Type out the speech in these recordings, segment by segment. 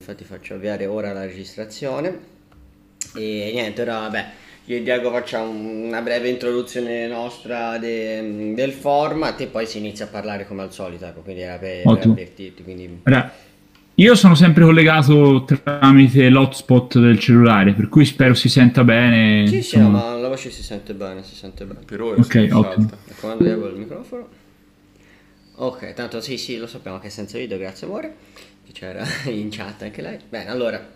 Infatti faccio avviare ora la registrazione e niente, ora vabbè, io e Diego facciamo una breve introduzione nostra del format e poi si inizia a parlare come al solito, ecco, quindi era per Ottimo. avvertirti, quindi... Io sono sempre collegato tramite l'hotspot del cellulare, per cui spero si senta bene. Sì, sì, no, Insomma. ma la voce si sente bene, si sente bene. Per ora Ok, si ottimo. salta. Raccomando, Diego il microfono. Ok, tanto sì, sì, lo sappiamo che è senza video, grazie amore, che c'era in chat anche lei. Bene, allora...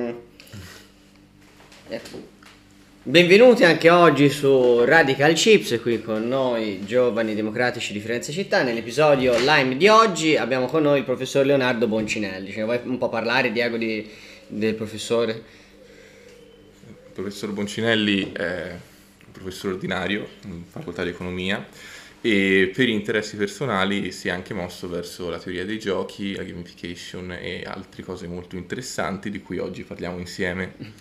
Benvenuti anche oggi su Radical Chips, qui con noi Giovani Democratici di Firenze Città. Nell'episodio Lime di oggi abbiamo con noi il professor Leonardo Boncinelli. Ce ne vuoi un po' parlare, Diego, del professore? Il professor Boncinelli è un professore ordinario in facoltà di economia e per interessi personali si è anche mosso verso la teoria dei giochi, la gamification e altre cose molto interessanti di cui oggi parliamo insieme.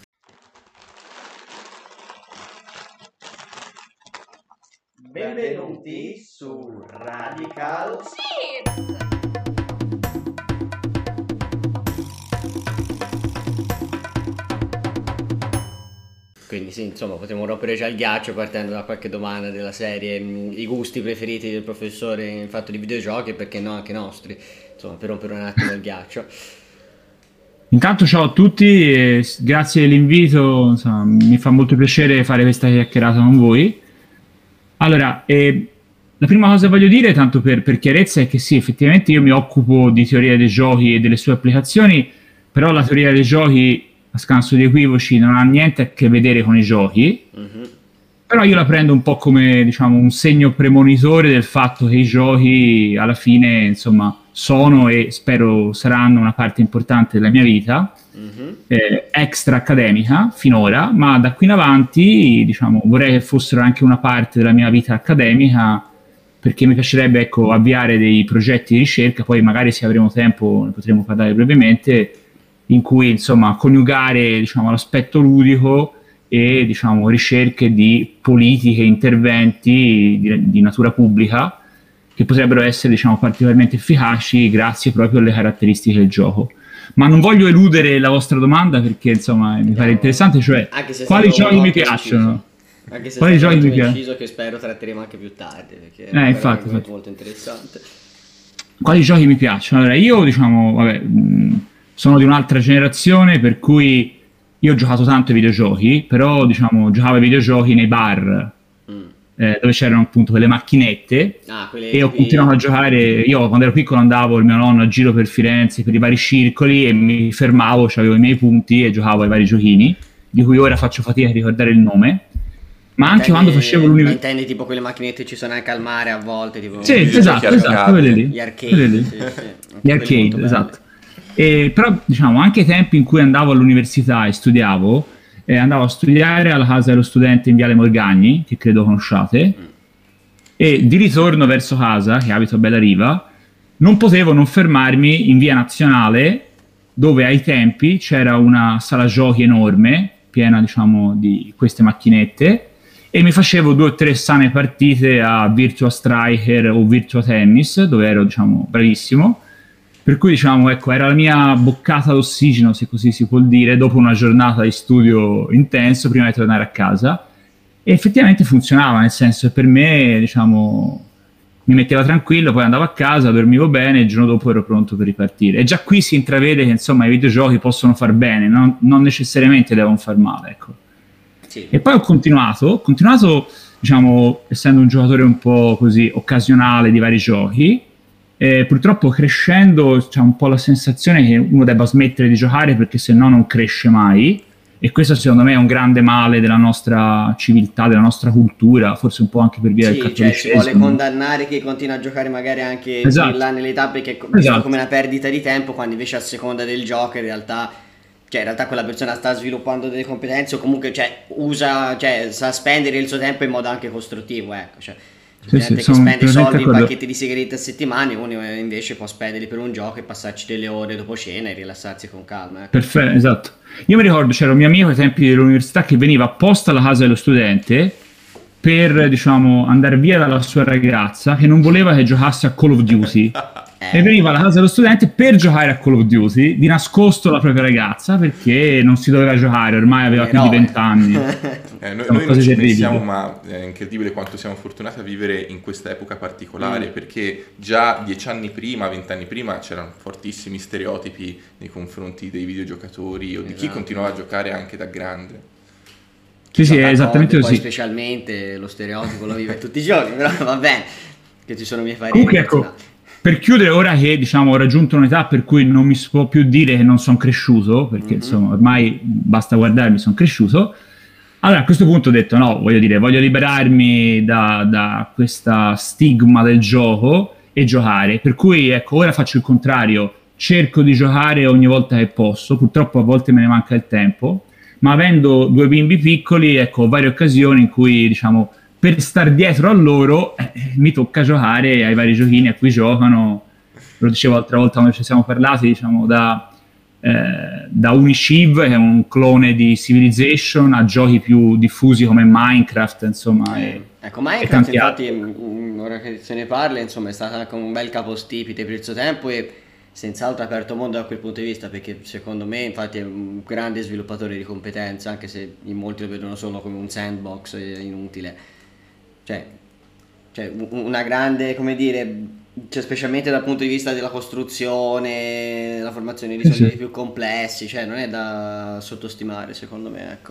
Benvenuti su Radical Chips! Quindi sì, insomma, potremmo rompere già il ghiaccio partendo da qualche domanda della serie i gusti preferiti del professore in fatto di videogiochi e perché no anche nostri, insomma, per rompere un attimo il ghiaccio. Intanto ciao a tutti e grazie dell'invito, insomma, mi fa molto piacere fare questa chiacchierata con voi. Allora, la prima cosa che voglio dire, tanto per chiarezza, è che sì, effettivamente io mi occupo di teoria dei giochi e delle sue applicazioni, però la teoria dei giochi, a scanso di equivoci, non ha niente a che vedere con i giochi, però io la prendo un po' come, diciamo, un segno premonitore del fatto che i giochi alla fine, insomma, sono e spero saranno una parte importante della mia vita, extra accademica finora, ma da qui in avanti, diciamo, vorrei che fossero anche una parte della mia vita accademica, perché mi piacerebbe, ecco, avviare dei progetti di ricerca, poi magari se avremo tempo ne potremo parlare brevemente, in cui, insomma, coniugare, diciamo, l'aspetto ludico e, diciamo, ricerche di politiche, interventi di natura pubblica che potrebbero essere, diciamo, particolarmente efficaci grazie proprio alle caratteristiche del gioco. Ma non voglio eludere la vostra domanda perché, insomma, mi pare interessante, cioè quali giochi mi piacciono? Anche se Quali è stato giochi mi molto piacciono? inciso che spero tratteremo anche più tardi, perché è Infatti. molto interessante. Quali giochi mi piacciono? Allora, io, diciamo, vabbè, sono di un'altra generazione, per cui io ho giocato tanto ai videogiochi, però, diciamo, giocavo ai videogiochi nei bar, dove c'erano appunto quelle macchinette, e ho continuato a giocare. Io quando ero piccolo andavo con il mio nonno a giro per Firenze, per i vari circoli, e mi fermavo, avevo i miei punti e giocavo ai vari giochini, di cui ora faccio fatica a ricordare il nome. Ma anche quando facevo l'università... Intendi tipo quelle macchinette ci sono anche al mare a volte, tipo... Sì, esatto, quelle lì. Gli arcade, sì. Gli arcade, esatto. Però, diciamo, anche ai tempi in cui andavo all'università e studiavo, andavo a studiare alla casa dello studente in Viale Morgagni, che credo conosciate, e di ritorno verso casa, che abito a Bellariva, non potevo non fermarmi in Via Nazionale, dove ai tempi c'era una sala giochi enorme, piena, diciamo, di queste macchinette, e mi facevo 2 o 3 sane partite a Virtua Striker o Virtua Tennis, dove ero, diciamo, bravissimo. Per cui, diciamo, ecco, era la mia boccata d'ossigeno, se così si può dire, dopo una giornata di studio intenso, prima di tornare a casa. E effettivamente funzionava, nel senso che per me, diciamo, mi metteva tranquillo, poi andavo a casa, dormivo bene e il giorno dopo ero pronto per ripartire. E già qui si intravede che, insomma, i videogiochi possono far bene, non necessariamente devono far male, ecco. Sì. E poi ho continuato, diciamo, essendo un giocatore un po' così occasionale di vari giochi. Purtroppo crescendo c'è un po' la sensazione che uno debba smettere di giocare perché se no non cresce mai, e questo secondo me è un grande male della nostra civiltà, della nostra cultura, forse un po' anche per via del cattolicesimo. Cioè si vuole condannare chi continua a giocare magari anche più in là nell'età perché è come una perdita di tempo, quando invece a seconda del gioco in realtà quella persona sta sviluppando delle competenze o comunque sa spendere il suo tempo in modo anche costruttivo, ecco, cioè gente che spende soldi in pacchetti di sigarette a settimana, uno invece può spenderli per un gioco e passarci delle ore dopo cena e rilassarsi con calma, ecco. Perfetto, esatto. Io mi ricordo c'era un mio amico ai tempi dell'università che veniva apposta alla casa dello studente per, diciamo, andare via dalla sua ragazza che non voleva che giocasse a Call of Duty. E veniva alla casa dello studente per giocare a Call of Duty, di nascosto la propria ragazza, perché non si doveva giocare, ormai aveva più di 20 anni. Noi non ci pensiamo, ma è incredibile quanto siamo fortunati a vivere in questa epoca particolare, perché già 10 anni prima, 20 anni prima c'erano fortissimi stereotipi nei confronti dei videogiocatori o di chi continuava a giocare anche da grande. Sì, è esattamente così. Poi specialmente lo stereotipo lo vive tutti i giorni, però va bene, che ci sono miei pareri. Comunque, ecco, per chiudere, ora che, diciamo, ho raggiunto un'età per cui non mi si può più dire che non sono cresciuto, perché insomma ormai basta guardarmi, sono cresciuto. Allora a questo punto ho detto no, voglio liberarmi da questa stigma del gioco e giocare. Per cui ecco, ora faccio il contrario, cerco di giocare ogni volta che posso, purtroppo a volte me ne manca il tempo, ma avendo 2 bimbi piccoli, ecco, ho varie occasioni in cui, diciamo, per star dietro a loro mi tocca giocare ai vari giochini a cui giocano. Lo dicevo l'altra volta quando ci siamo parlati, diciamo, da Unishiv, che è un clone di Civilization, a giochi più diffusi come Minecraft, insomma. Ecco, Minecraft infatti, ora che se ne parla, insomma, è stato anche un bel capostipite per il suo tempo e senz'altro aperto mondo da quel punto di vista, perché secondo me infatti è un grande sviluppatore di competenza, anche se in molti lo vedono solo come un sandbox inutile. Cioè una grande, come dire, cioè specialmente dal punto di vista della costruzione, la formazione di soldi più complessi, cioè non è da sottostimare secondo me, ecco.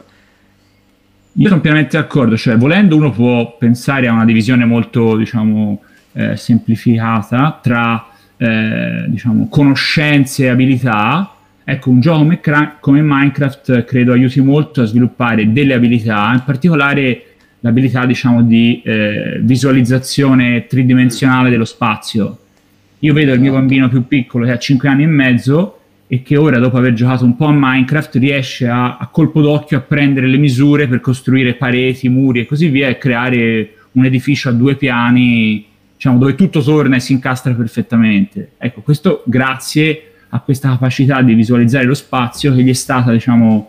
Io sono pienamente d'accordo, cioè volendo uno può pensare a una divisione molto, diciamo, semplificata tra diciamo, conoscenze e abilità. Ecco, un gioco come Minecraft credo aiuti molto a sviluppare delle abilità, in particolare l'abilità, diciamo, di visualizzazione tridimensionale dello spazio. Io vedo il mio bambino più piccolo che ha 5 anni e mezzo e che ora, dopo aver giocato un po' a Minecraft, riesce a colpo d'occhio a prendere le misure per costruire pareti, muri e così via e creare un edificio a 2 piani, diciamo, dove tutto torna e si incastra perfettamente. Ecco, questo grazie a questa capacità di visualizzare lo spazio che gli è stata, diciamo,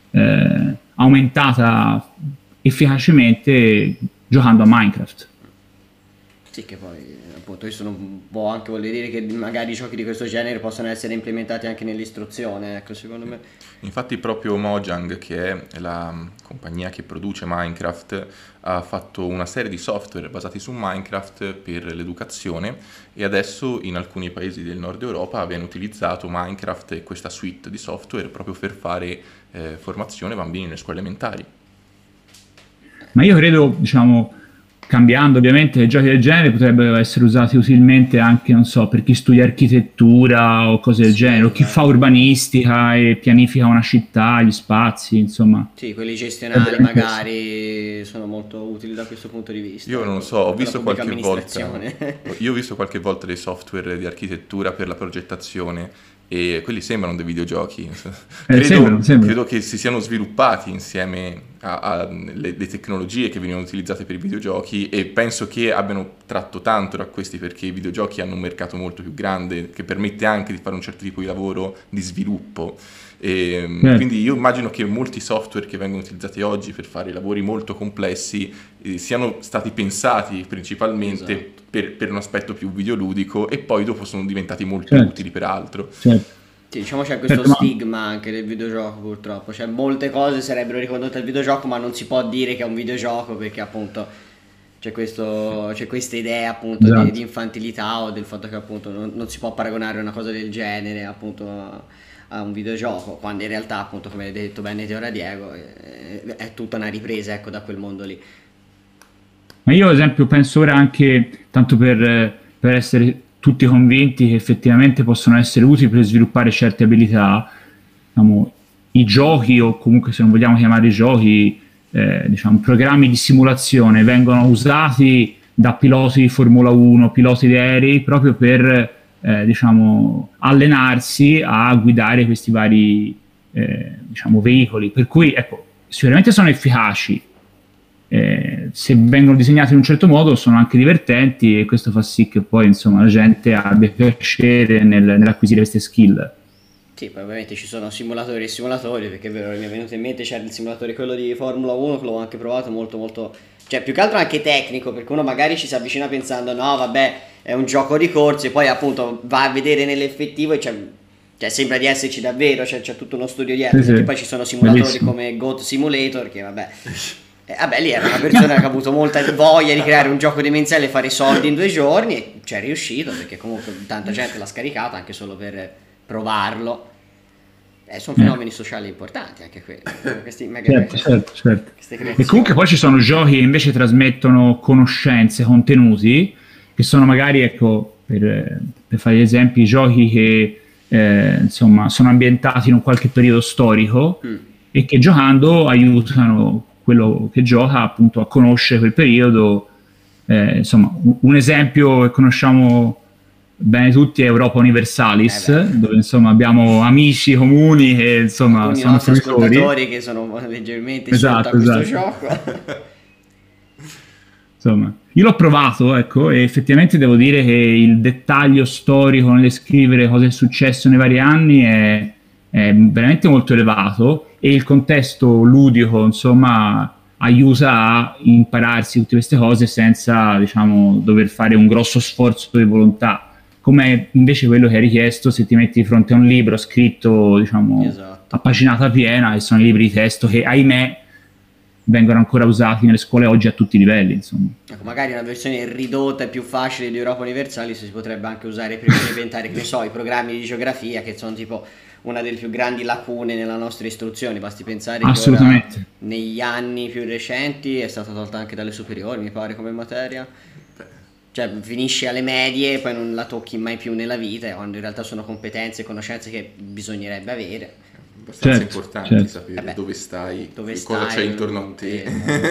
aumentata efficacemente giocando a Minecraft. Sì, che poi appunto io sono un po' anche, voglio dire, che magari giochi di questo genere possono essere implementati anche nell'istruzione, ecco, secondo me. Infatti proprio Mojang, che è la compagnia che produce Minecraft, ha fatto una serie di software basati su Minecraft per l'educazione e adesso in alcuni paesi del nord Europa viene utilizzato Minecraft e questa suite di software proprio per fare formazione bambini nelle scuole elementari. Ma io credo, diciamo, cambiando ovviamente, giochi del genere potrebbero essere usati utilmente anche, non so, per chi studia architettura o cose del genere, o chi fa urbanistica e pianifica una città, gli spazi, insomma. Sì, quelli gestionali magari sono molto utili da questo punto di vista. Io non lo so, ho visto qualche volta dei software di architettura per la progettazione e quelli sembrano dei videogiochi. Credo che si siano sviluppati insieme alle tecnologie che venivano utilizzate per i videogiochi e penso che abbiano tratto tanto da questi, perché i videogiochi hanno un mercato molto più grande che permette anche di fare un certo tipo di lavoro di sviluppo. Quindi io immagino che molti software che vengono utilizzati oggi per fare lavori molto complessi siano stati pensati principalmente per un aspetto più videoludico e poi dopo sono diventati molto utili per altro. Sì, diciamo c'è questo stigma anche del videogioco, purtroppo, cioè molte cose sarebbero ricondotte al videogioco ma non si può dire che è un videogioco perché appunto c'è questa idea appunto di infantilità o del fatto che appunto non si può paragonare una cosa del genere appunto a un videogioco, quando in realtà appunto, come hai detto bene te ora Diego, è tutta una ripresa, ecco, da quel mondo lì. Ma io ad esempio penso ora anche, tanto per essere tutti convinti che effettivamente possono essere utili per sviluppare certe abilità, diciamo, i giochi, o comunque se non vogliamo chiamare giochi, diciamo, programmi di simulazione vengono usati da piloti di Formula 1, piloti di aerei, proprio per diciamo, allenarsi a guidare questi vari diciamo, veicoli, per cui ecco, sicuramente sono efficaci, se vengono disegnati in un certo modo sono anche divertenti e questo fa sì che poi insomma la gente abbia piacere nell'acquisire queste skill. Sì, poi ovviamente ci sono simulatori e simulatori, perché è vero, mi è venuto in mente c'era il simulatore quello di Formula 1 che l'ho anche provato, molto molto cioè più che altro anche tecnico, perché uno magari ci si avvicina pensando no vabbè è un gioco di corse, e poi appunto va a vedere nell'effettivo e cioè sembra di esserci davvero, c'è tutto uno studio dietro, perché poi ci sono simulatori come Goat Simulator che vabbè lì era una persona che ha avuto molta voglia di creare un gioco demenziale e fare soldi in 2 giorni, e ci è riuscito perché comunque tanta gente l'ha scaricato anche solo per provarlo. Sono fenomeni sociali importanti anche quelli, questi certo. E comunque poi ci sono giochi che invece trasmettono conoscenze, contenuti, che sono magari, ecco, per fare gli esempi, giochi che insomma sono ambientati in un qualche periodo storico e che giocando aiutano quello che gioca appunto a conoscere quel periodo. Insomma, un esempio che conosciamo bene tutti è Europa Universalis, dove insomma abbiamo amici comuni che insomma sono ascoltatori che sono leggermente sotto a questo gioco. Insomma, io l'ho provato, ecco, e effettivamente devo dire che il dettaglio storico nel descrivere cosa è successo nei vari anni è veramente molto elevato, e il contesto ludico insomma aiuta a impararsi tutte queste cose senza, diciamo, dover fare un grosso sforzo di volontà, come invece quello che è richiesto se ti metti di fronte a un libro scritto, diciamo, a paginata piena, e sono i libri di testo che, ahimè, vengono ancora usati nelle scuole oggi a tutti i livelli, insomma. Ecco, magari una versione ridotta e più facile di Europa Universalis si potrebbe anche usare per implementare, che ne so, i programmi di geografia, che sono tipo una delle più grandi lacune nella nostra istruzione. Basti pensare che ora, negli anni più recenti, è stata tolta anche dalle superiori, mi pare, come materia. Cioè finisci alle medie e poi non la tocchi mai più nella vita, quando in realtà sono competenze e conoscenze che bisognerebbe avere. Abbastanza importante sapere dove stai, cosa c'è intorno a te.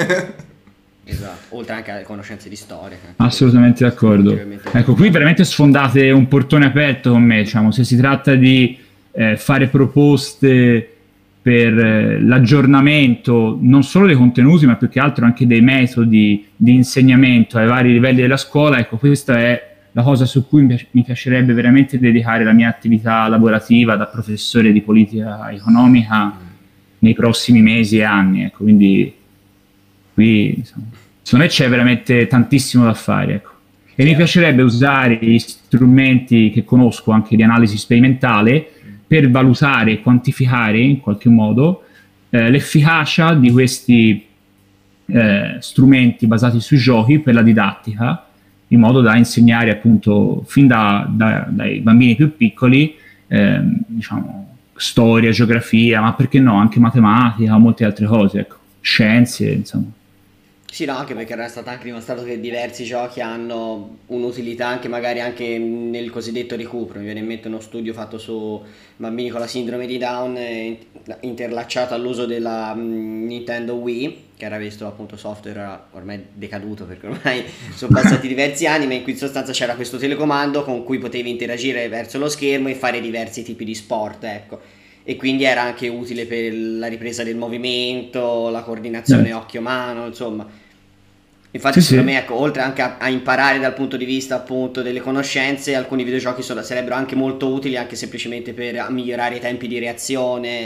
Esatto, oltre anche alle conoscenze di storia. Assolutamente d'accordo. Ecco, qui veramente sfondate un portone aperto con me, diciamo, se si tratta di fare proposte per l'aggiornamento non solo dei contenuti, ma più che altro anche dei metodi di insegnamento ai vari livelli della scuola. Ecco, questa è la cosa su cui mi piacerebbe veramente dedicare la mia attività lavorativa da professore di politica economica nei prossimi mesi e anni. Ecco, quindi qui insomma, secondo me c'è veramente tantissimo da fare, ecco. E mi piacerebbe usare gli strumenti che conosco anche di analisi sperimentale per valutare e quantificare in qualche modo l'efficacia di questi strumenti basati sui giochi per la didattica, in modo da insegnare appunto fin dai bambini più piccoli diciamo, storia, geografia, ma perché no, anche matematica o molte altre cose, ecco, scienze, insomma. Sì, no, anche perché era stato anche dimostrato che diversi giochi hanno un'utilità anche magari anche nel cosiddetto recupero. Mi viene in mente uno studio fatto su bambini con la sindrome di Down interlacciato all'uso della Nintendo Wii, che era questo appunto software ormai decaduto perché ormai sono passati diversi anni, ma in cui in sostanza c'era questo telecomando con cui potevi interagire verso lo schermo e fare diversi tipi di sport, ecco. E quindi era anche utile per la ripresa del movimento, la coordinazione occhio-mano, insomma. Infatti secondo me, ecco, oltre anche a imparare dal punto di vista appunto delle conoscenze, alcuni videogiochi sarebbero anche molto utili anche semplicemente per migliorare i tempi di reazione,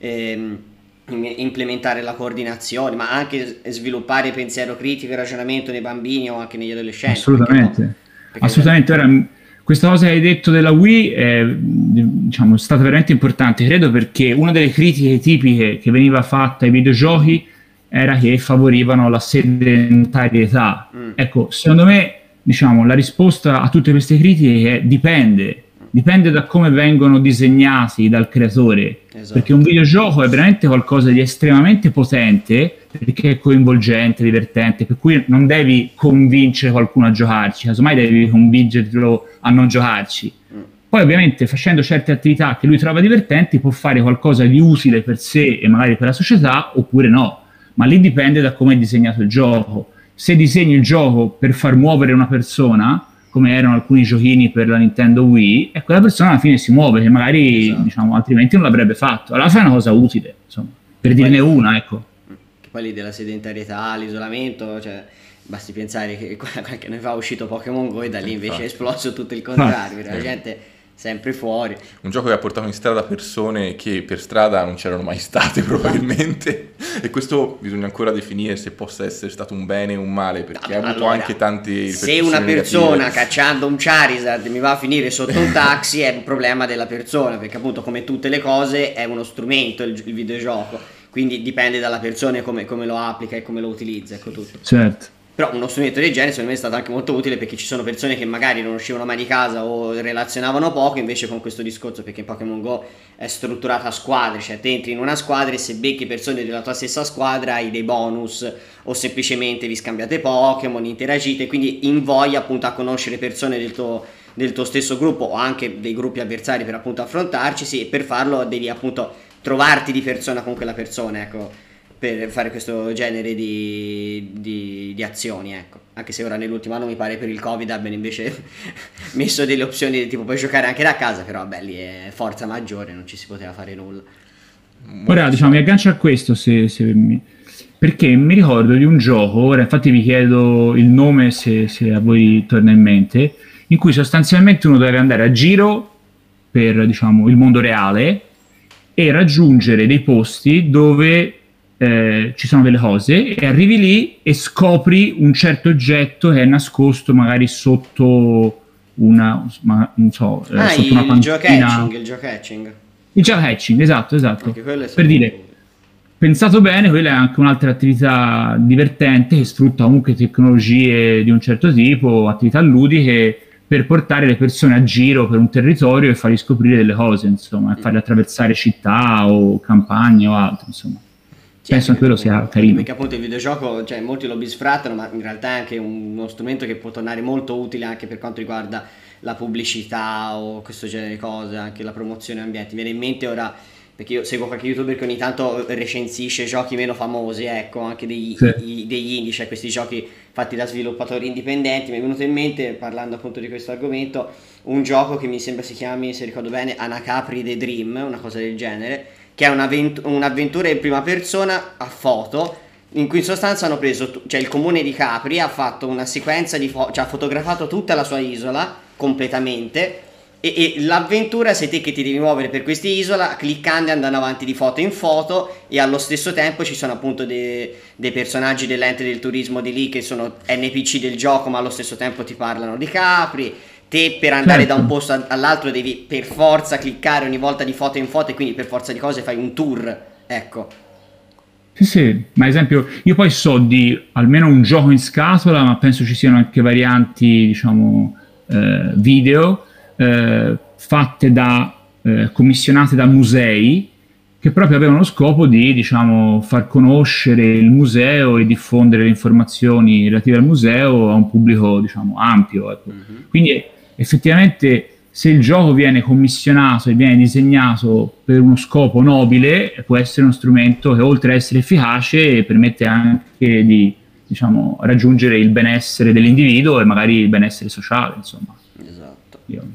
implementare la coordinazione, ma anche sviluppare pensiero critico e ragionamento nei bambini o anche negli adolescenti. Assolutamente, no? Assolutamente. Ora, questa cosa che hai detto della Wii è, diciamo, è stata veramente importante, credo, perché una delle critiche tipiche che veniva fatta ai videogiochi era che favorivano la sedentarietà. Ecco, secondo me, diciamo, la risposta a tutte queste critiche è dipende da come vengono disegnati dal creatore. Esatto. Perché un videogioco è veramente qualcosa di estremamente potente, perché è coinvolgente, divertente, per cui non devi convincere qualcuno a giocarci, casomai devi convincerlo a non giocarci. Poi ovviamente facendo certe attività che lui trova divertenti può fare qualcosa di utile per sé e magari per la società, oppure no. Ma lì dipende da come è disegnato il gioco. Se disegni il gioco per far muovere una persona, come erano alcuni giochini per la Nintendo Wii, e quella persona alla fine si muove, che magari diciamo, altrimenti non l'avrebbe fatto. Allora fai una cosa utile, insomma, per dirne una, ecco. Che poi lì della sedentarietà, l'isolamento, cioè basti pensare che qualche anno fa è uscito Pokémon Go e da lì invece è esploso tutto il contrario, la gente sempre fuori. Un gioco che ha portato in strada persone che per strada non c'erano mai state probabilmente, e questo bisogna ancora definire se possa essere stato un bene o un male, perché ha avuto anche tanti se una persona cacciando un Charizard mi va a finire sotto un taxi è un problema della persona, perché appunto come tutte le cose è uno strumento il videogioco, quindi dipende dalla persona come lo applica e come lo utilizza, ecco tutto. Certo. Però uno strumento del genere secondo me è stato anche molto utile, perché ci sono persone che magari non uscivano mai di casa o relazionavano poco, invece con questo discorso, perché in Pokémon Go è strutturato a squadre, cioè te entri in una squadra e se becchi persone della tua stessa squadra hai dei bonus, o semplicemente vi scambiate Pokémon, interagite, quindi invoglia appunto a conoscere persone del tuo stesso gruppo o anche dei gruppi avversari per appunto affrontarci, e per farlo devi appunto trovarti di persona con quella persona, ecco, per fare questo genere di azioni, ecco. Anche se ora nell'ultimo anno mi pare per il Covid abbiano invece messo delle opzioni tipo puoi giocare anche da casa, però vabbè, lì è forza maggiore, non ci si poteva fare nulla. Ora diciamo mi aggancio a questo perché mi ricordo di un gioco, ora infatti vi chiedo il nome se a voi torna in mente, in cui sostanzialmente uno deve andare a giro per, diciamo, il mondo reale e raggiungere dei posti dove ci sono delle cose, e arrivi lì e scopri un certo oggetto che è nascosto magari sotto una, non so, sotto una panchina. Il geocaching. Il geocaching, esatto. Per dire, cool. Pensato bene, quella è anche un'altra attività divertente che sfrutta comunque tecnologie di un certo tipo, attività ludiche, per portare le persone a giro per un territorio e fargli scoprire delle cose, insomma, e farli attraversare città o campagne o altro, insomma. Penso che quello sia carino. Perché appunto il videogioco, cioè molti lo bisfrattano, ma in realtà è anche uno strumento che può tornare molto utile anche per quanto riguarda la pubblicità o questo genere di cose, anche la promozione ambiente. Mi viene in mente ora, perché io seguo qualche youtuber che ogni tanto recensisce giochi meno famosi, ecco, anche degli indie, cioè questi giochi fatti da sviluppatori indipendenti. Mi è venuto in mente, parlando appunto di questo argomento, un gioco che mi sembra si chiami, se ricordo bene, Anacapri The Dream, una cosa del genere, che è un'avventura in prima persona a foto, in cui in sostanza hanno preso, cioè il comune di Capri ha fatto una sequenza di cioè ha fotografato tutta la sua isola completamente, e l'avventura sei te che ti devi muovere per quest'isola cliccando e andando avanti di foto in foto, e allo stesso tempo ci sono appunto dei personaggi dell'ente del turismo di lì che sono NPC del gioco, ma allo stesso tempo ti parlano di Capri. Te per andare da un posto all'altro devi per forza cliccare ogni volta di foto in foto, e quindi per forza di cose fai un tour, ecco. Sì, ma ad esempio io poi so di almeno un gioco in scatola, ma penso ci siano anche varianti, diciamo, video fatte commissionate da musei, che proprio avevano lo scopo di, diciamo, far conoscere il museo e diffondere le informazioni relative al museo a un pubblico, diciamo, ampio, ecco. Quindi effettivamente se il gioco viene commissionato e viene disegnato per uno scopo nobile, può essere uno strumento che oltre ad essere efficace permette anche di, diciamo, raggiungere il benessere dell'individuo e magari il benessere sociale, insomma. Esatto.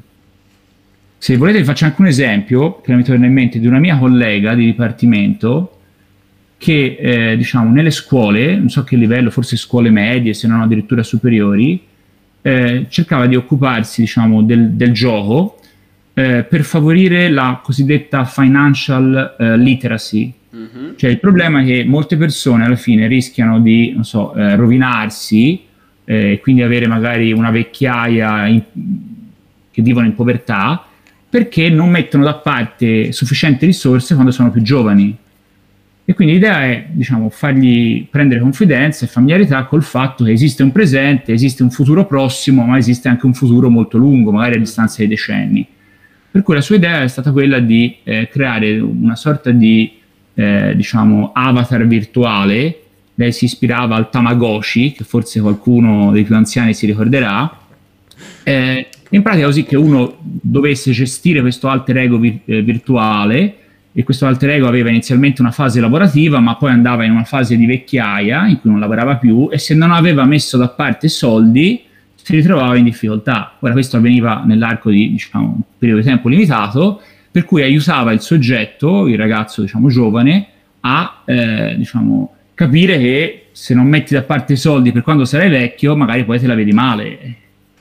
Se volete vi faccio anche un esempio che mi torna in mente di una mia collega di dipartimento che diciamo nelle scuole, non so che livello, forse scuole medie, se non addirittura superiori, cercava di occuparsi, diciamo, del gioco per favorire la cosiddetta financial literacy. Cioè il problema è che molte persone alla fine rischiano di, non so, rovinarsi, quindi avere magari una vecchiaia che vivono in povertà, perché non mettono da parte sufficienti risorse quando sono più giovani. E quindi l'idea è, diciamo, fargli prendere confidenza e familiarità col fatto che esiste un presente, esiste un futuro prossimo, ma esiste anche un futuro molto lungo, magari a distanza di decenni. Per cui la sua idea è stata quella di creare una sorta di, diciamo, avatar virtuale. Lei si ispirava al Tamagotchi, che forse qualcuno dei più anziani si ricorderà, in pratica così che uno dovesse gestire questo alter ego virtuale, e questo alter ego aveva inizialmente una fase lavorativa, ma poi andava in una fase di vecchiaia in cui non lavorava più, e se non aveva messo da parte soldi si ritrovava in difficoltà. Ora questo avveniva nell'arco di, diciamo, un periodo di tempo limitato, per cui aiutava il soggetto, il ragazzo, diciamo, giovane, a diciamo, capire che se non metti da parte soldi per quando sarai vecchio magari poi te la vedi male.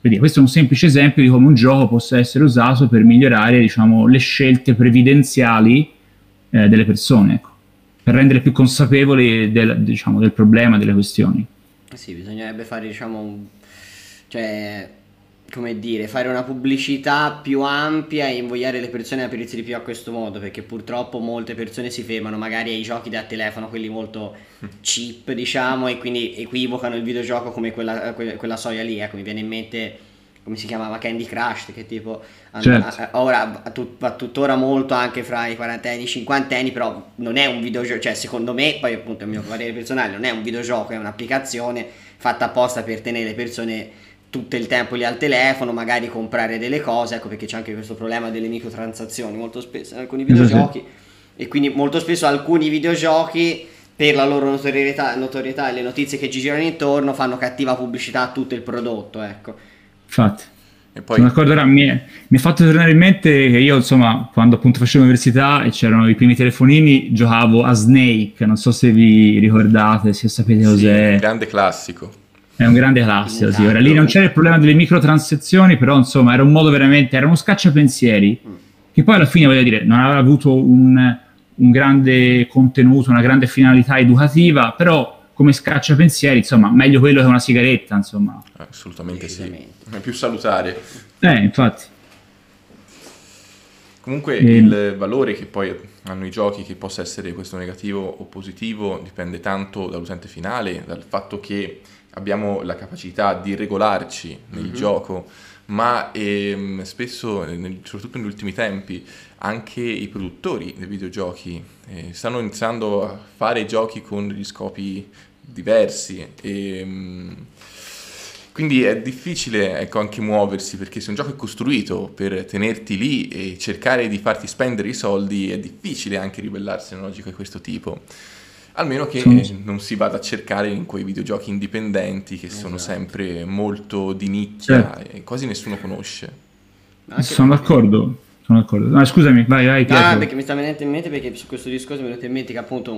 Per dire, questo è un semplice esempio di come un gioco possa essere usato per migliorare, diciamo, le scelte previdenziali delle persone, ecco, per rendere più consapevoli diciamo, del problema, delle questioni. Sì, bisognerebbe fare, diciamo, cioè, come dire, fare una pubblicità più ampia e invogliare le persone a aprirsi di più a questo modo, perché purtroppo molte persone si fermano magari ai giochi da telefono, quelli molto cheap, diciamo, e quindi equivocano il videogioco come quella soia lì. Ecco, mi viene in mente, come si chiamava, Candy Crush, che tipo ora va tuttora molto anche fra i quarantenni e i cinquantenni, però non è un videogioco, cioè secondo me, poi appunto il mio parere personale, non è un videogioco, è un'applicazione fatta apposta per tenere le persone tutto il tempo lì al telefono, magari comprare delle cose, ecco, perché c'è anche questo problema delle microtransazioni molto spesso in alcuni videogiochi, e quindi molto spesso alcuni videogiochi, per la loro notorietà e le notizie che ci girano intorno, fanno cattiva pubblicità a tutto il prodotto, ecco. Infatti, e poi... sono d'accordo. Ora mi è fatto tornare in mente che io, insomma, quando appunto facevo università e c'erano i primi telefonini, giocavo a Snake, non so se vi ricordate, se sapete cos'è. Sì, un grande classico. È un grande classico, sì. Ora lì non c'era il problema delle microtransazioni, però insomma era un modo veramente, era uno scacciapensieri, che poi alla fine, voglio dire, non aveva avuto un grande contenuto, una grande finalità educativa, però come scacciapensieri, insomma, meglio quello che una sigaretta, insomma. Assolutamente sì, è più salutare. Infatti. Comunque il valore che poi hanno i giochi, che possa essere questo negativo o positivo, dipende tanto dall'utente finale, dal fatto che abbiamo la capacità di regolarci nel gioco, ma spesso, soprattutto negli ultimi tempi, anche i produttori dei videogiochi stanno iniziando a fare giochi con degli scopi diversi, quindi è difficile, ecco, anche muoversi, perché se un gioco è costruito per tenerti lì e cercare di farti spendere i soldi, è difficile anche ribellarsi a una logica di questo tipo. Almeno che non si vada a cercare in quei videogiochi indipendenti che sono sempre molto di nicchia e quasi nessuno conosce. Sono d'accordo. No, scusami, vai. No, perché mi sta venendo in mente, perché su questo discorso mi è venuto in mente che appunto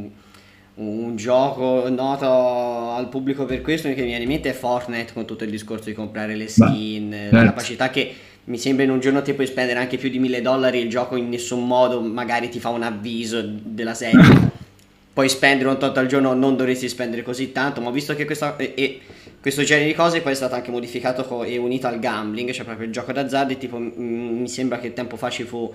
un gioco noto al pubblico per questo che mi viene in mente è Fortnite, con tutto il discorso di comprare le skin, la capacità che mi sembra in un giorno ti puoi spendere anche più di $1000, il gioco in nessun modo magari ti fa un avviso della serie. Puoi spendere un tot al giorno, non dovresti spendere così tanto, ma ho visto che questo genere di cose poi è stato anche modificato e unito al gambling, cioè proprio il gioco d'azzardo, e tipo mi sembra che tempo fa ci fu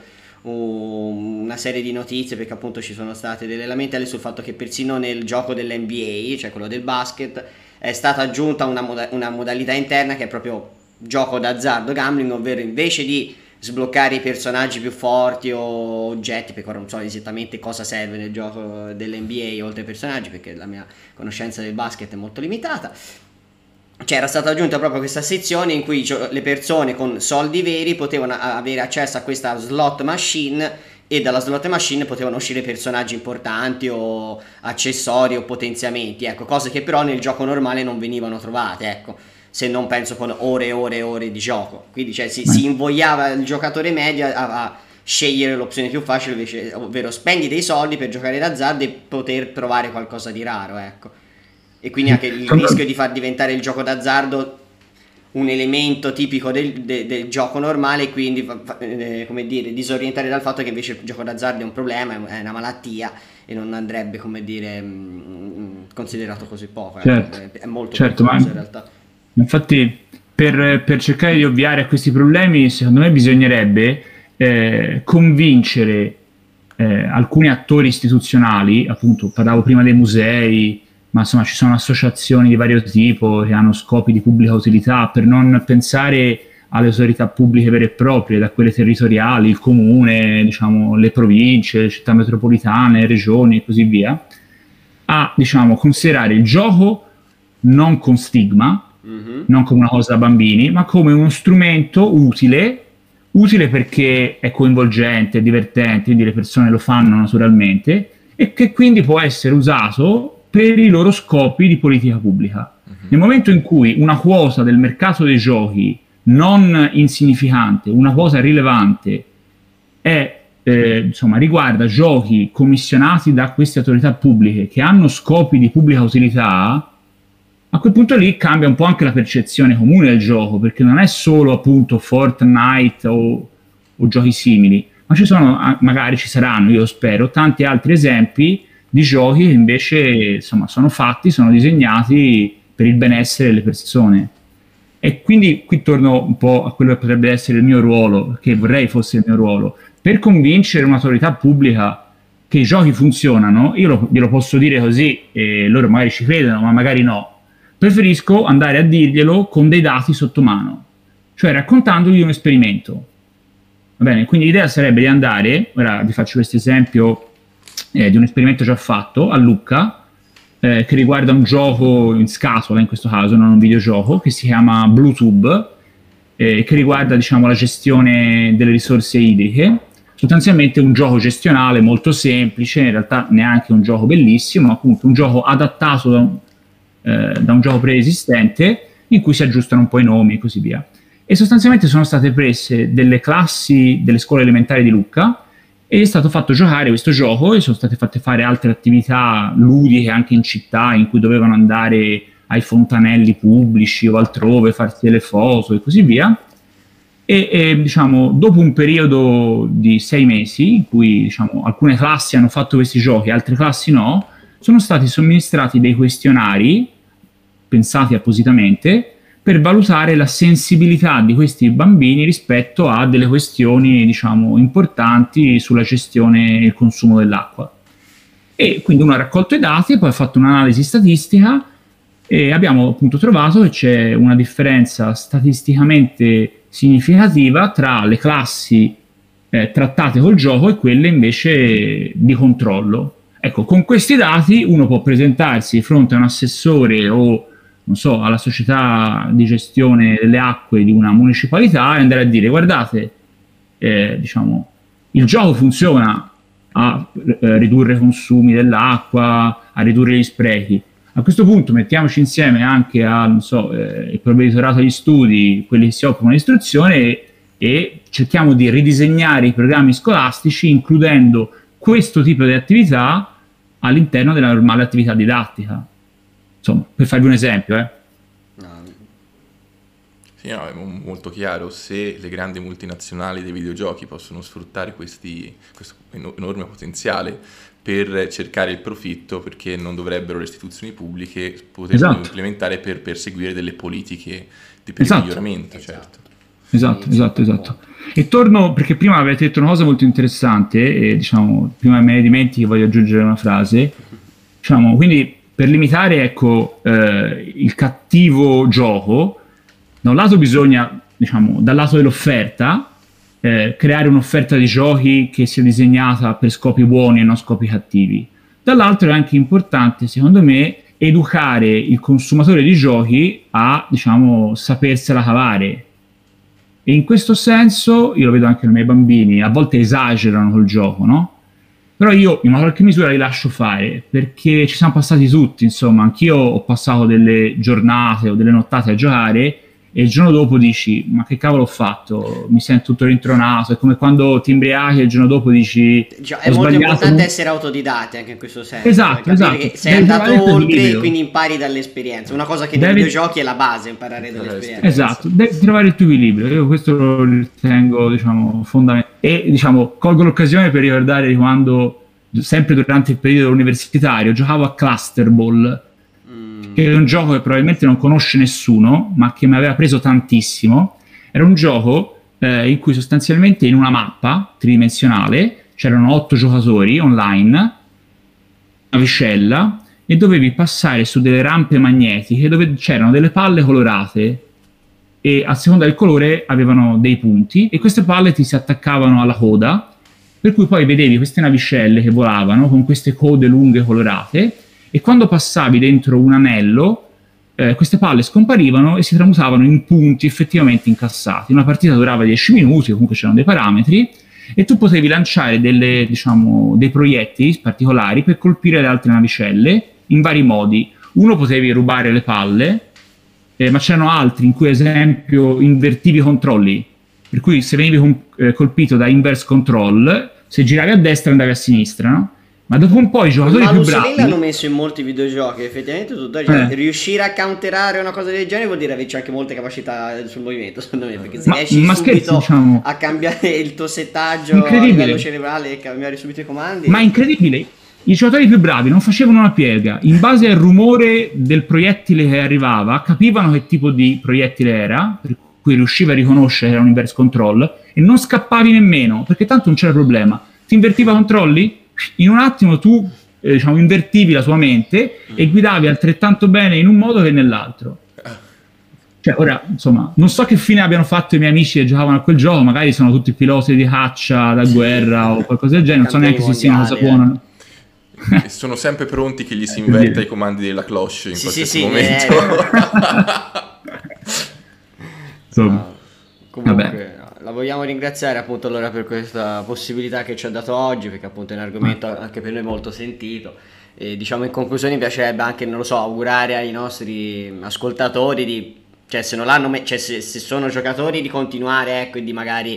una serie di notizie, perché appunto ci sono state delle lamentele sul fatto che persino nel gioco dell'NBA, cioè quello del basket, è stata aggiunta una modalità interna che è proprio gioco d'azzardo, gambling, ovvero invece di sbloccare i personaggi più forti o oggetti, perché ora non so esattamente cosa serve nel gioco dell'NBA oltre ai personaggi, perché la mia conoscenza del basket è molto limitata. Cioè era stata aggiunta proprio questa sezione in cui le persone con soldi veri potevano avere accesso a questa slot machine, e dalla slot machine potevano uscire personaggi importanti o accessori o potenziamenti, ecco, cose che però nel gioco normale non venivano trovate, ecco, se non penso con ore e ore e ore di gioco. Quindi cioè, si invogliava il giocatore medio a scegliere l'opzione più facile, invece, ovvero spendi dei soldi per giocare d'azzardo e poter trovare qualcosa di raro, ecco. E quindi anche il rischio di far diventare il gioco d'azzardo un elemento tipico del gioco normale, e quindi come dire, disorientare dal fatto che invece il gioco d'azzardo è un problema, è una malattia e non andrebbe, come dire, considerato così poco, è molto pericoloso in realtà. Infatti per cercare di ovviare a questi problemi, secondo me bisognerebbe convincere alcuni attori istituzionali, appunto parlavo prima dei musei, ma insomma ci sono associazioni di vario tipo che hanno scopi di pubblica utilità, per non pensare alle autorità pubbliche vere e proprie, da quelle territoriali, il comune, diciamo, le province, le città metropolitane, regioni e così via, a, diciamo, considerare il gioco non con stigma, non come una cosa da bambini, ma come uno strumento utile perché è coinvolgente, è divertente, quindi le persone lo fanno naturalmente, e che quindi può essere usato per i loro scopi di politica pubblica. Nel momento in cui una quota del mercato dei giochi non insignificante, una quota rilevante, insomma, riguarda giochi commissionati da queste autorità pubbliche che hanno scopi di pubblica utilità, a quel punto lì cambia un po' anche la percezione comune del gioco, perché non è solo appunto Fortnite o giochi simili, ma ci sono, magari ci saranno, io spero, tanti altri esempi di giochi che invece insomma sono fatti, sono disegnati per il benessere delle persone. E quindi qui torno un po' a quello che potrebbe essere il mio ruolo, che vorrei fosse il mio ruolo, per convincere un'autorità pubblica che i giochi funzionano. Io glielo posso dire così e loro magari ci credono, ma magari no. Preferisco andare a dirglielo con dei dati sotto mano, cioè raccontandogli un esperimento. Va bene? Quindi l'idea sarebbe di andare, ora vi faccio questo esempio di un esperimento già fatto a Lucca, che riguarda un gioco in scatola, in questo caso, non un videogioco, che si chiama Bluetooth, che riguarda, diciamo, la gestione delle risorse idriche. Sostanzialmente un gioco gestionale molto semplice, in realtà neanche un gioco bellissimo, ma appunto un gioco adattato da un gioco preesistente, in cui si aggiustano un po' i nomi e così via. E sostanzialmente sono state prese delle classi delle scuole elementari di Lucca e è stato fatto giocare questo gioco e sono state fatte fare altre attività ludiche anche in città, in cui dovevano andare ai fontanelli pubblici o altrove, farsi delle foto e così via. E diciamo, dopo un periodo di 6 mesi, in cui diciamo, alcune classi hanno fatto questi giochi, altre classi no, sono stati somministrati dei questionari pensati appositamente per valutare la sensibilità di questi bambini rispetto a delle questioni, diciamo, importanti sulla gestione e il consumo dell'acqua. E quindi uno ha raccolto i dati, poi ha fatto un'analisi statistica e abbiamo appunto trovato che c'è una differenza statisticamente significativa tra le classi trattate col gioco e quelle invece di controllo. Ecco, con questi dati uno può presentarsi di fronte a un assessore o non so, alla società di gestione delle acque di una municipalità e andare a dire: guardate, diciamo, il gioco funziona a ridurre i consumi dell'acqua, a ridurre gli sprechi. A questo punto mettiamoci insieme anche a, non so, il provveditorato agli studi, quelli che si occupano di istruzione, e cerchiamo di ridisegnare i programmi scolastici includendo questo tipo di attività all'interno della normale attività didattica. Insomma, per farvi un esempio, No. Sì, no, è molto chiaro. Se le grandi multinazionali dei videogiochi possono sfruttare questo enorme potenziale per cercare il profitto, perché non dovrebbero le istituzioni pubbliche poterlo implementare per perseguire delle politiche di miglioramento, certo. Esatto. E torno, perché prima avete detto una cosa molto interessante, e diciamo, prima me ne dimentichi, voglio aggiungere una frase. Diciamo, quindi per limitare, ecco, il cattivo gioco, da un lato bisogna, diciamo, dal lato dell'offerta, creare un'offerta di giochi che sia disegnata per scopi buoni e non scopi cattivi. Dall'altro è anche importante, secondo me, educare il consumatore di giochi a, diciamo, sapersela cavare. E in questo senso, io lo vedo anche nei miei bambini, a volte esagerano col gioco, no? Però io in una qualche misura li lascio fare, perché ci siamo passati tutti, insomma, anch'io ho passato delle giornate o delle nottate a giocare e il giorno dopo dici: ma che cavolo ho fatto? Mi sento tutto rintronato. È come quando ti imbriachi e il giorno dopo dici: è molto importante essere autodidatti anche in questo senso. Esatto. Che sei andato oltre e quindi impari dall'esperienza. Una cosa che nei videogiochi è la base, imparare dall'esperienza. Esatto, devi trovare il tuo equilibrio. Io questo lo ritengo, diciamo, fondamentale. E diciamo, colgo l'occasione per ricordare di quando, sempre durante il periodo universitario, giocavo a Cluster Ball, che è un gioco che probabilmente non conosce nessuno, ma che mi aveva preso tantissimo. Era un gioco in cui sostanzialmente in una mappa tridimensionale c'erano 8 giocatori online, una vicella, e dovevi passare su delle rampe magnetiche dove c'erano delle palle colorate e a seconda del colore avevano dei punti, e queste palle ti si attaccavano alla coda, per cui poi vedevi queste navicelle che volavano con queste code lunghe colorate, e quando passavi dentro un anello queste palle scomparivano e si tramutavano in punti effettivamente incassati. Una partita durava 10 minuti, comunque c'erano dei parametri, e tu potevi lanciare dei proiettili particolari per colpire le altre navicelle in vari modi. Uno, potevi rubare le palle, ma c'erano altri in cui, ad esempio, invertivi i controlli, per cui se venivi colpito da inverse control, se giravi a destra andavi a sinistra, no? Ma dopo un po' i giocatori più bravi l'hanno messo in molti videogiochi, effettivamente riuscire a counterare una cosa del genere vuol dire averci anche molte capacità sul movimento, secondo me, perché se riesci subito diciamo, a cambiare il tuo settaggio a livello cerebrale e cambiare subito i comandi. Ma incredibile, i giocatori più bravi non facevano una piega, in base al rumore del proiettile che arrivava capivano che tipo di proiettile era, per cui riusciva a riconoscere che era un inverse control, e non scappavi nemmeno, perché tanto non c'era problema. Ti invertiva controlli? In un attimo tu diciamo, invertivi la tua mente e guidavi altrettanto bene in un modo che nell'altro. Cioè, ora, insomma, non so che fine abbiano fatto i miei amici che giocavano a quel gioco, magari sono tutti piloti di caccia da guerra o qualcosa del genere, non so neanche se sia una cosa buona. E sono sempre pronti che gli si inverta i comandi della cloche in qualsiasi momento. Insomma, comunque... Vabbè. La vogliamo ringraziare appunto allora per questa possibilità che ci ha dato oggi, perché appunto è un argomento anche per noi molto sentito, e diciamo in conclusione mi piacerebbe anche, non lo so, augurare ai nostri ascoltatori di, cioè se non l'hanno cioè se sono giocatori, di continuare, ecco, e di magari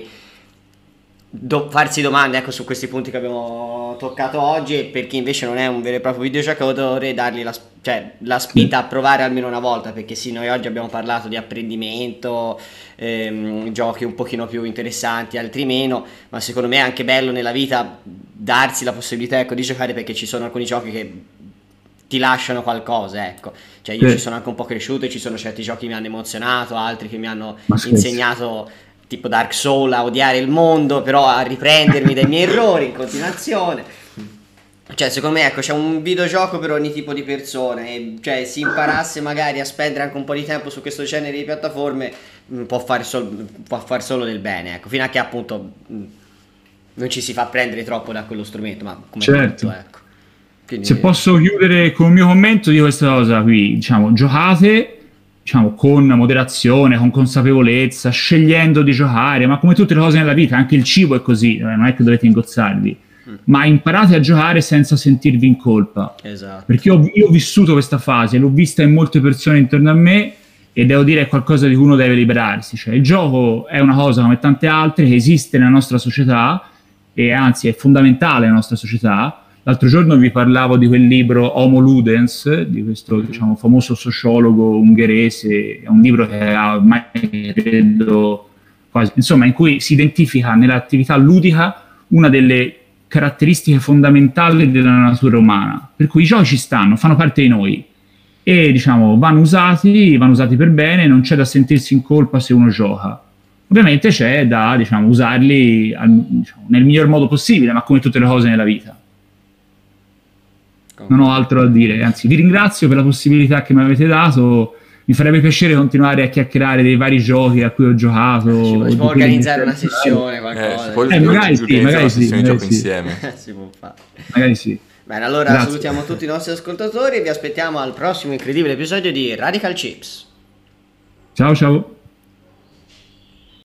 farsi domande, ecco, su questi punti che abbiamo toccato oggi, e per chi invece non è un vero e proprio videogiocatore dargli la spinta a provare almeno una volta, perché sì, noi oggi abbiamo parlato di apprendimento, giochi un pochino più interessanti, altri meno, ma secondo me è anche bello nella vita darsi la possibilità, ecco, di giocare, perché ci sono alcuni giochi che ti lasciano qualcosa, ecco, cioè io ci sono anche un po' cresciuto e ci sono certi giochi che mi hanno emozionato, altri che mi hanno insegnato, tipo Dark Souls, a odiare il mondo, però a riprendermi dai miei errori in continuazione. Cioè secondo me, ecco, c'è un videogioco per ogni tipo di persone, e cioè si imparasse magari a spendere anche un po' di tempo su questo genere di piattaforme, può fare solo del bene, ecco, fino a che appunto non ci si fa prendere troppo da quello strumento, ma come tutto, ecco. Quindi... Se posso chiudere con il mio commento di questa cosa qui, diciamo, giocate, diciamo, con moderazione, con consapevolezza, scegliendo di giocare, ma come tutte le cose nella vita, anche il cibo è così, non è che dovete ingozzarvi, ma imparate a giocare senza sentirvi in colpa. Esatto. Perché io ho vissuto questa fase, l'ho vista in molte persone intorno a me, e devo dire è qualcosa di cui uno deve liberarsi. Cioè, il gioco è una cosa come tante altre che esiste nella nostra società, e anzi è fondamentale nella nostra società. L'altro giorno vi parlavo di quel libro Homo Ludens, di questo diciamo, famoso sociologo ungherese, è un libro che ha ormai credo quasi, insomma, in cui si identifica nell'attività ludica una delle caratteristiche fondamentali della natura umana, per cui i giochi ci stanno, fanno parte di noi, e diciamo vanno usati per bene, non c'è da sentirsi in colpa se uno gioca. Ovviamente c'è da, diciamo, usarli diciamo, nel miglior modo possibile, ma come tutte le cose nella vita. Non ho altro da dire, anzi vi ringrazio per la possibilità che mi avete dato, mi farebbe piacere continuare a chiacchierare dei vari giochi a cui ho giocato. Si può organizzare una sessione, qualcosa. Magari sì. Insieme. Si può fare. Magari sì. Bene, allora salutiamo tutti i nostri ascoltatori e vi aspettiamo al prossimo incredibile episodio di Radical Chips. Ciao.